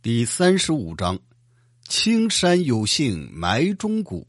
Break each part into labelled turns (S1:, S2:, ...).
S1: 第35章，青山有幸埋忠骨。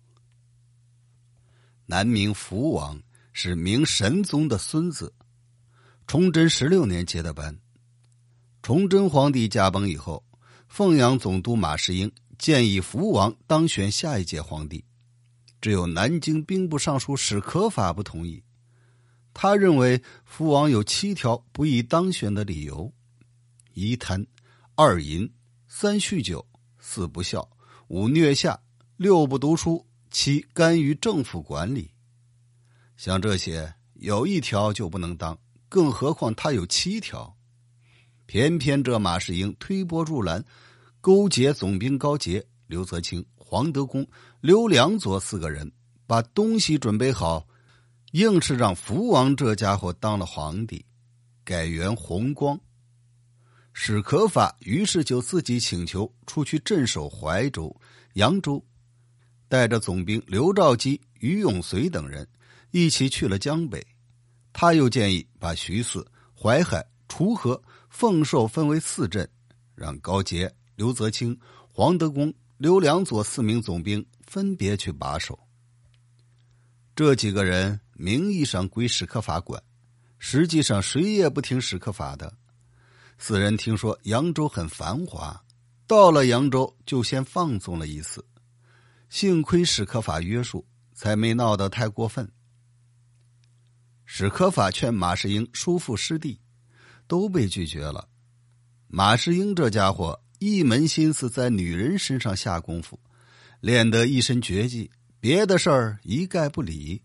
S1: 南明福王是明神宗的孙子，崇祯16年接的班。崇祯皇帝驾崩以后，凤阳总督马士英建议福王当选下一届皇帝，只有南京兵部尚书史可法不同意。他认为福王有7条不宜当选的理由：1贪，2淫，3酗酒，4不孝，5虐下，6不读书，7干预政府管理。像这些有1条就不能当，更何况他有7条。偏偏这马士英推波助澜，勾结总兵高捷、刘泽清、黄德功、刘良佐4个人，把东西准备好，硬是让福王这家伙当了皇帝，改元弘光。史可法于是就自己请求出去镇守怀州、扬州，带着总兵刘兆基、于永绥等人一起去了江北。他又建议把徐泗、淮海、楚河、凤寿分为4镇，让高捷、刘泽清、黄德功、刘良佐4名总兵分别去把守。这几个人名义上归史可法管，实际上谁也不听史可法的。4人听说扬州很繁华，到了扬州就先放纵了一次，幸亏史可法约束，才没闹得太过分。史可法劝马士英叔父师弟，都被拒绝了。马士英这家伙一门心思在女人身上下功夫，练得一身绝技，别的事儿一概不理。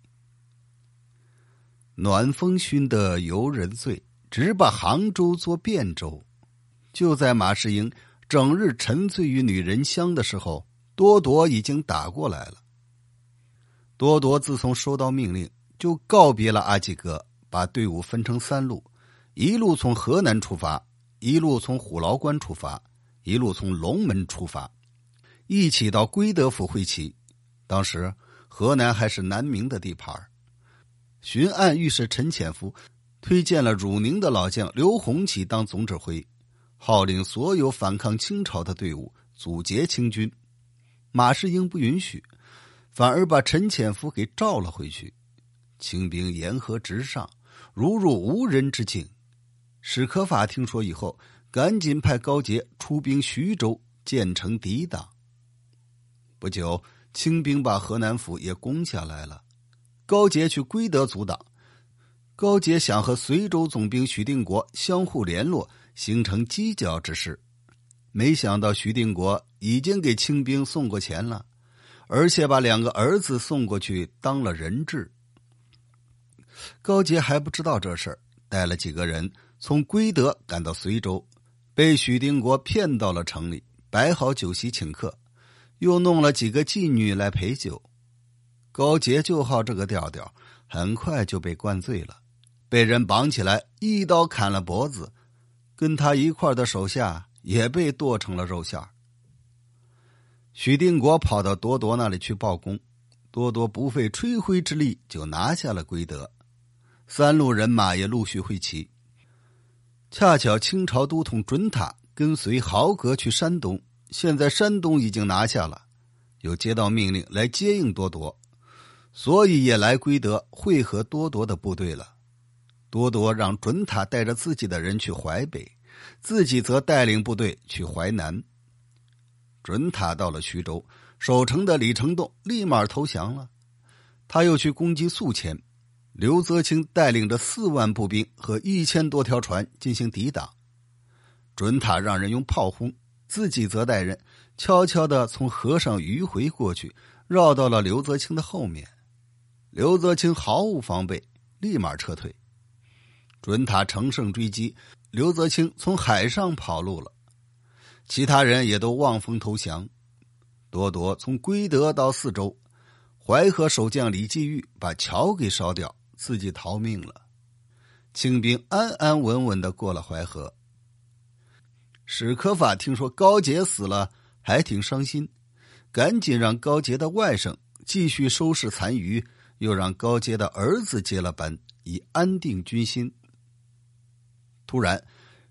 S1: 暖风熏得游人醉，只把杭州做汴州。就在马士英整日沉醉于女人香的时候，多铎已经打过来了。多铎自从收到命令，就告别了阿济格，把队伍分成3路，一路从河南出发，一路从虎牢关出发，一路从龙门出发，一起到归德府会齐。当时河南还是南明的地盘。巡按御史陈潜伏推荐了汝宁的老将刘洪起当总指挥，号令所有反抗清朝的队伍阻截清军。马士英不允许，反而把陈潜伏给召了回去。清兵沿河直上，如入无人之境。史可法听说以后，赶紧派高捷出兵徐州，建城抵挡。不久，清兵把河南府也攻下来了。高捷去归德阻挡，高捷想和随州总兵许定国相互联络，形成犄角之势。没想到许定国已经给清兵送过钱了，而且把2个儿子送过去当了人质。高捷还不知道这事儿，带了几个人从归德赶到随州，被许定国骗到了城里，摆好酒席请客，又弄了几个妓女来陪酒。高捷就好这个调调，很快就被灌醉了，被人绑起来一刀砍了脖子，跟他一块的手下也被剁成了肉馅。许定国跑到多铎那里去报功，多铎不费吹灰之力就拿下了归德。3路人马也陆续会齐。恰巧清朝都统准塔跟随豪格去山东，现在山东已经拿下了，又接到命令来接应多铎，所以也来归德会合多铎的部队了。多铎让准塔带着自己的人去淮北，自己则带领部队去淮南。准塔到了徐州，守城的李成栋立马投降了。他又去攻击宿迁，刘泽清带领着4万步兵和1000多条船进行抵挡。准塔让人用炮轰，自己则带人悄悄地从河上迂回过去，绕到了刘泽清的后面。刘泽清毫无防备，立马撤退。准塔乘胜追击，刘泽清从海上跑路了，其他人也都望风投降。多铎从归德到泗州，淮河守将李继玉把桥给烧掉，自己逃命了。清兵安安稳稳地过了淮河。史可法听说高捷死了，还挺伤心，赶紧让高捷的外甥继续收拾残余，又让高捷的儿子接了班，以安定军心。突然，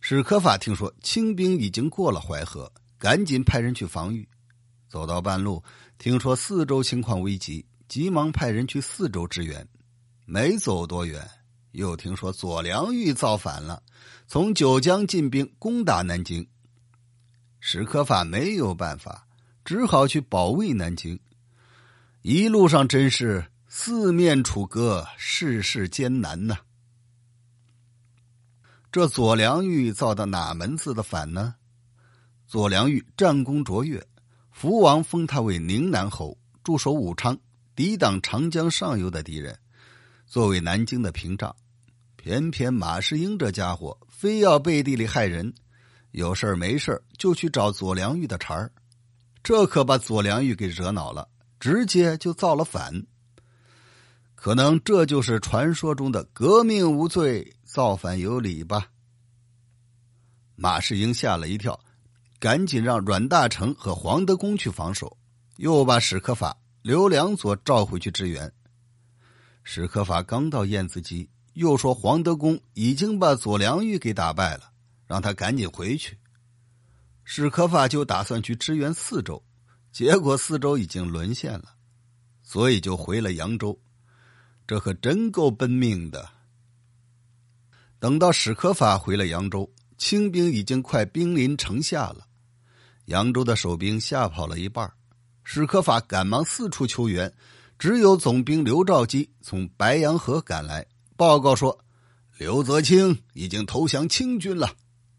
S1: 史可法听说清兵已经过了淮河，赶紧派人去防御。走到半路，听说四周情况危急，急忙派人去四周支援。没走多远，又听说左良玉造反了，从九江进兵攻打南京。史可法没有办法，只好去保卫南京。一路上真是四面楚歌，事事艰难呐。这左良玉造的哪门子的反呢？左良玉战功卓越，福王封他为宁南侯，驻守武昌，抵挡长江上游的敌人，作为南京的屏障。偏偏马士英这家伙非要背地里害人，有事没事就去找左良玉的茬儿，这可把左良玉给惹恼了，直接就造了反。可能这就是传说中的革命无罪，造反有理吧。马士英吓了一跳，赶紧让阮大铖和黄德功去防守，又把史可法、刘良佐召回去支援。史可法刚到燕子集，又说黄德功已经把左良玉给打败了，让他赶紧回去。史可法就打算去支援四周，结果四周已经沦陷了，所以就回了扬州。这可真够奔命的。等到史可法回了扬州，清兵已经快兵临城下了，扬州的守兵吓跑了一半，史可法赶忙四处求援，只有总兵刘兆基从白洋河赶来，报告说刘泽清已经投降清军了。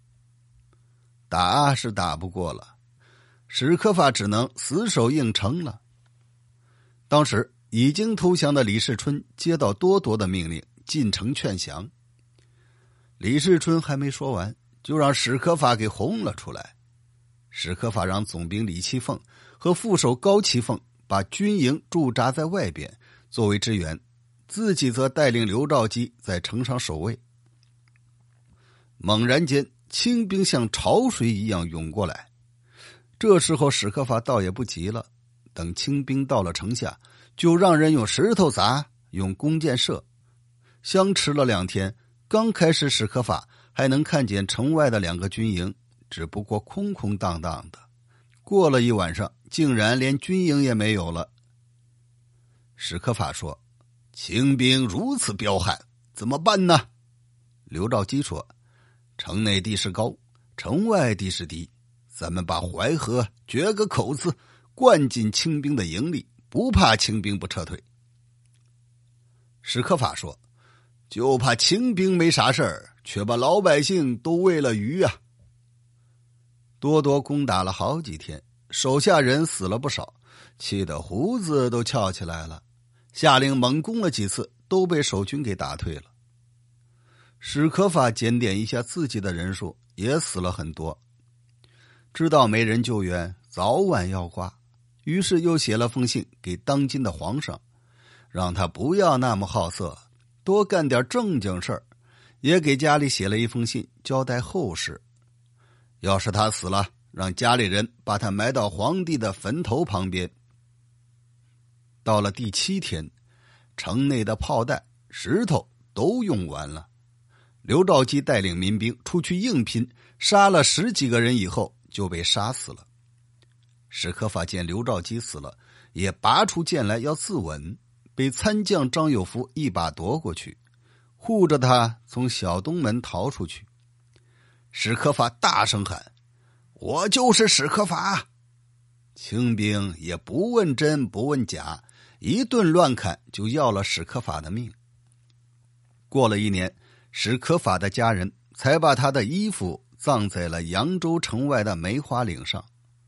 S1: 打是打不过了，史可法只能死守应城了。当时已经投降的李世春接到多铎的命令，进城劝降。李世春还没说完，就让史可法给轰了出来。史可法让总兵李其凤和副手高其凤把军营驻扎在外边作为支援，自己则带领刘兆基在城上守卫。猛然间，清兵像潮水一样涌过来。这时候史可法倒也不急了，等清兵到了城下，就让人用石头砸，用弓箭射。相持了2天，刚开始史可法还能看见城外的2个军营，只不过空空荡荡的。过了一晚上，竟然连军营也没有了。史可法说：清兵如此彪悍，怎么办呢？刘兆基说：城内地势高，城外地势低，咱们把淮河掘个口子，灌进清兵的营里，不怕清兵不撤退。史可法说：就怕清兵没啥事儿，却把老百姓都喂了鱼啊。多铎攻打了好几天，手下人死了不少，气得胡子都翘起来了，下令猛攻了几次，都被守军给打退了。史可法检点一下自己的人数，也死了很多，知道没人救援，早晚要挂，于是又写了封信给当今的皇上，让他不要那么好色，多干点正经事儿，也给家里写了一封信交代后事。要是他死了，让家里人把他埋到皇帝的坟头旁边。到了第7天，城内的炮弹、石头都用完了。刘兆基带领民兵出去硬拼，杀了10几个人以后就被杀死了。史可法见刘兆基死了，也拔出剑来要自刎，被参将张有福一把夺过去，护着他从小东门逃出去。史可法大声喊：我就是史可法！清兵也不问真不问假，一顿乱砍就要了史可法的命。过了1年，史可法的家人才把他的衣服葬在了扬州城外的梅花岭上。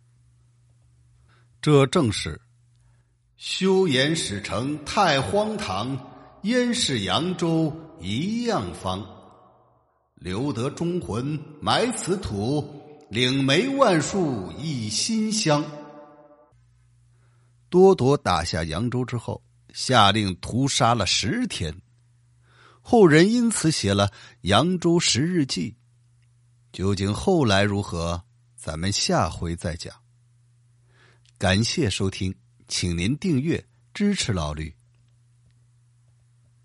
S1: 这正是休言使城太荒唐，焉是扬州一样方。留得忠魂埋此土，岭梅万树一馨香。多铎打下扬州之后，下令屠杀了10天，后人因此写了《扬州10日记》。究竟后来如何，咱们下回再讲。感谢收听，请您订阅支持老吕。